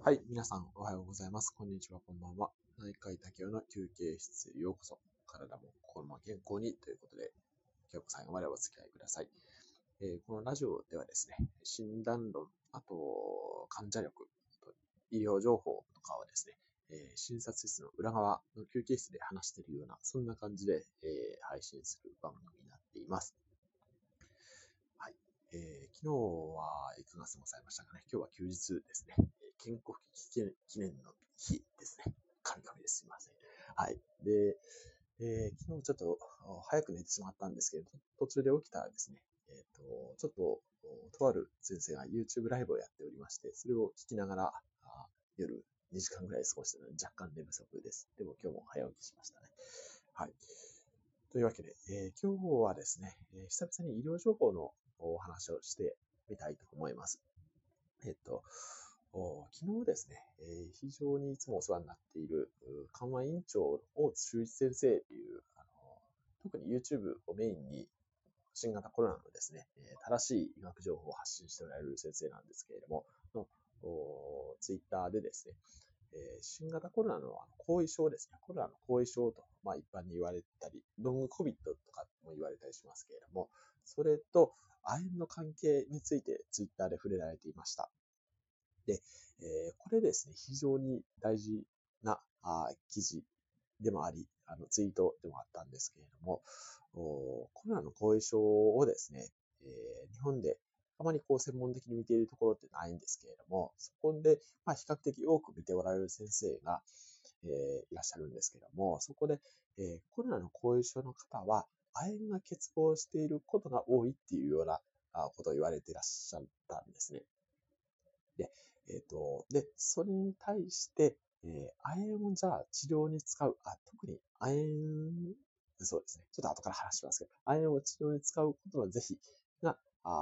はい、皆さんおはようございます。こんにちは、こんばんは。内科医竹雄の休憩室へようこそ。体も心も健康にということで、今日も最後までお付き合いください。このラジオではですね、診断論、あと患者力、あと医療情報とかをですね、診察室の裏側の休憩室で話しているような、そんな感じで、配信する番組になっています。はい。昨日はいかが過ごされましたかね。今日は休日ですね。建国記念の日ですね。神々です。すいません。はい。で、昨日ちょっと早く寝てしまったんですけれど、途中で起きたらですね、ちょっと、とある先生が YouTube ライブをやっておりまして、それを聞きながら、夜2時間ぐらい過ごしてたので若干寝不足です。でも今日も早起きしましたね。はい。というわけで、今日はですね、久々に医療情報のお話をしてみたいと思います。えっと、昨日ですね、非常にいつもお世話になっている緩和委員長大津修一先生という、特に YouTube をメインに新型コロナのですね、正しい医学情報を発信しておられる先生なんですけれども、のツイッターでですね、新型コロナの後遺症ですね。コロナの後遺症と、一般に言われたり、ロングコビットとかも言われたりしますけれども、それと亜鉛の関係についてツイッターで触れられていました。で、これですね、非常に大事な記事でもあり、ツイートでもあったんですけれども、コロナの後遺症をですね、日本であまり専門的に見ているところってないんですけれども、そこで、比較的多く見ておられる先生が、いらっしゃるんですけれども、そこで、コロナの後遺症の方は、亜鉛が欠乏していることが多いっていうようなことを言われていらっしゃったんですね。で、それに対して、亜鉛をじゃあ治療に使う、特に亜鉛、そうですね。ちょっと後から話しますけど、亜鉛を治療に使うことの是非が、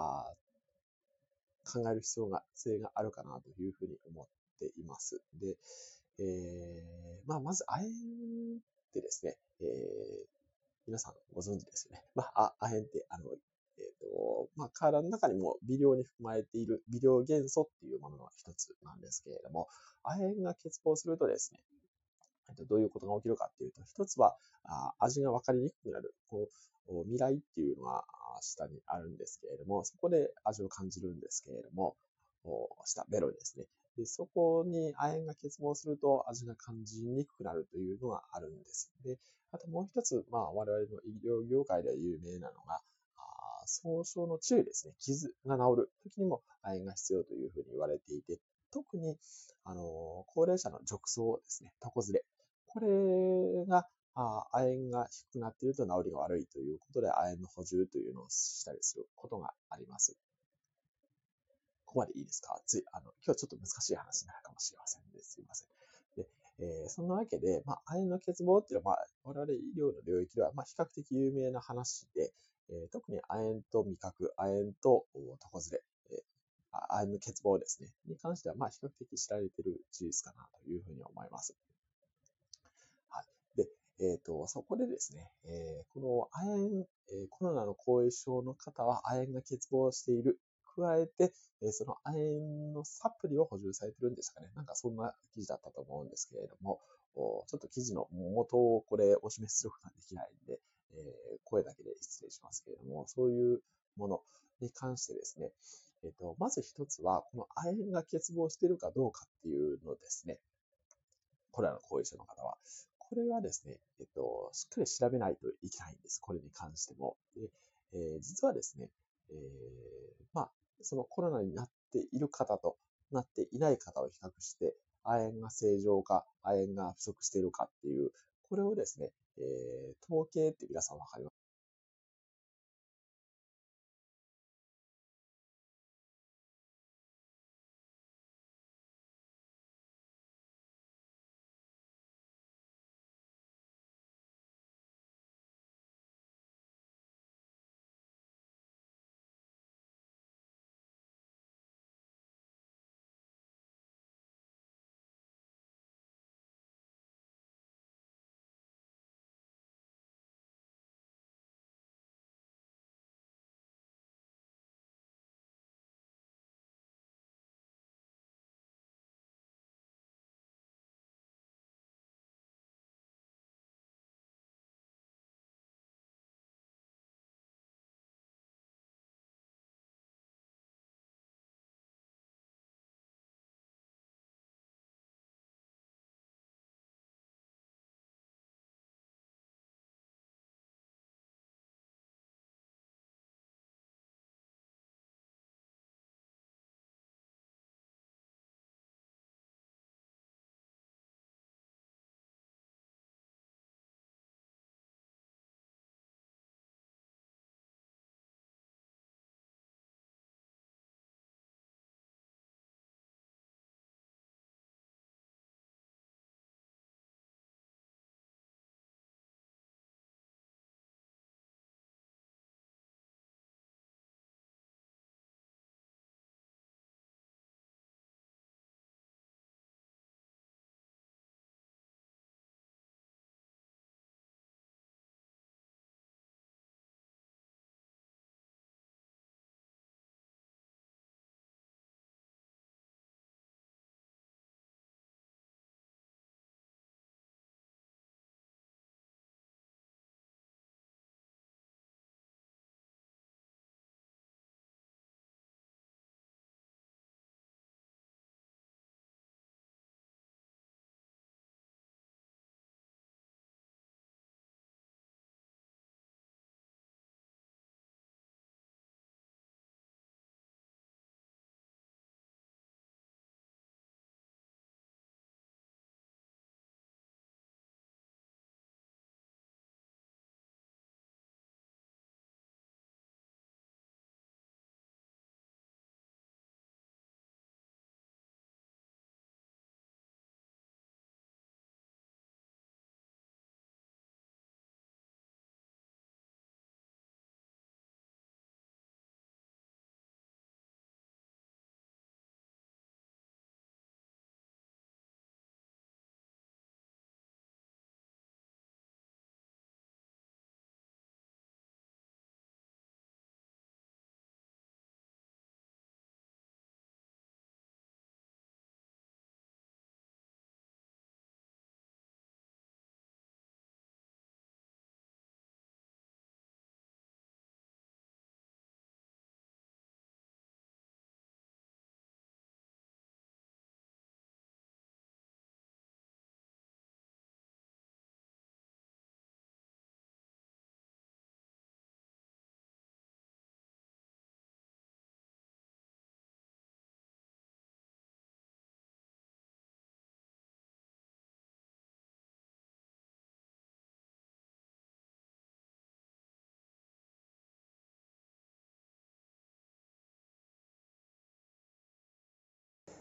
考える性があるかなというふうに思っています。で、まず亜鉛ってですね、皆さんご存知ですよね。亜鉛って、体の中にも微量に含まれている微量元素っていうものの一つなんですけれども、亜鉛が欠乏するとですね、どういうことが起きるかっていうと、一つは味が分かりにくくなる。味蕾っていうのが下にあるんですけれども、そこで味を感じるんですけれども、下、ベロですね。で、そこに亜鉛が欠乏すると味が感じにくくなるというのがあるんです。で、あともう一つ、我々の医療業界で有名なのが、創傷の治癒ですね。傷が治る時にも亜鉛が必要というふうに言われていて、特に、高齢者の褥瘡ですね、床ずれ。これが、亜鉛が低くなっていると治りが悪いということで、亜鉛の補充というのをしたりすることがあります。ここまでいいですか？今日はちょっと難しい話になるかもしれませんね。すいません。で、そんなわけで、亜鉛の欠乏っていうのは、我々医療の領域では、比較的有名な話で、特に亜鉛と味覚、亜鉛と床ずれ、亜鉛の欠乏ですね、に関しては、比較的知られている事実かなというふうに思います。はい。で、そこでですね、この亜鉛、コロナの後遺症の方は亜鉛が欠乏している。加えて、その亜鉛のサプリを補充されてるんですかね。なんかそんな記事だったと思うんですけれども、ちょっと記事の元をこれお示しすることができないんで、声だけで失礼しますけれども、そういうものに関してですね、まず一つは、この亜鉛が欠乏しているかどうかっていうのですね、コロナの後遺症の方は。これはですね、しっかり調べないといけないんです。これに関しても。で、実はですね、えそのコロナになっている方となっていない方を比較して、亜鉛が正常か、亜鉛が不足しているかっていう、これをですね、統計って皆さんわかります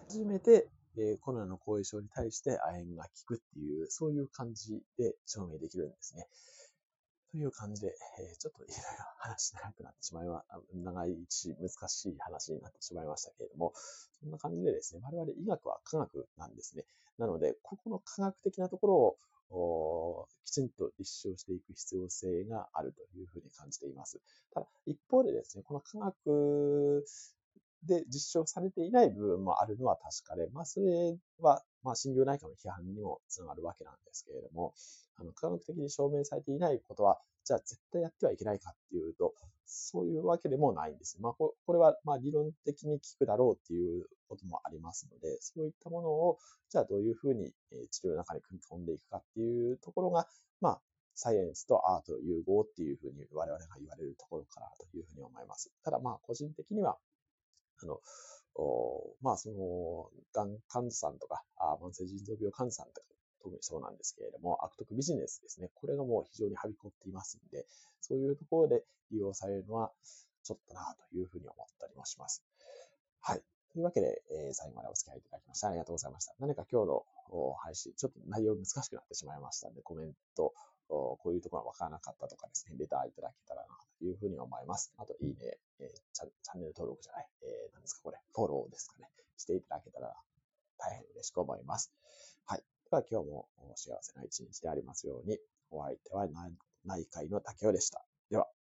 初めて、コロナの後遺症に対して亜鉛が効くっていう、そういう感じで証明できるんですね。という感じで、ちょっといろいろ話長くなってしまいま、長いし難しい話になってしまいましたけれども、そんな感じでですね、我々医学は科学なんですね。なので、ここの科学的なところをきちんと立証していく必要性があるというふうに感じています。ただ、一方でですね、この科学で実証されていない部分もあるのは確かで、それは、心療内科の批判にもつながるわけなんですけれども、科学的に証明されていないことは、じゃあ絶対やってはいけないかっていうと、そういうわけでもないんです。これは、理論的に効くだろうっていうこともありますので、そういったものを、じゃあどういうふうに治療の中に組み込んでいくかっていうところが、サイエンスとアート融合っていうふうに我々が言われるところかなというふうに思います。ただ個人的には、あの、その、がん患者さんとか、慢性腎臓病患者さんとか、特にそうなんですけれども、悪徳ビジネスですね。これがもう非常にはびこっていますので、そういうところで利用されるのは、ちょっとなというふうに思ったりもします。はい。というわけで、最後までお付き合いいただきましてありがとうございました。何か今日の配信、ちょっと内容難しくなってしまいましたので、コメント、こういうところがわからなかったとかですね、レターいただけたらなというふうに思います。あと、いいね、チャンネル登録じゃない、何ですかこれ、フォローですかね、していただけたら大変嬉しく思います。はい。では今日も幸せな一日でありますように、お相手は内科医の竹雄でした。では。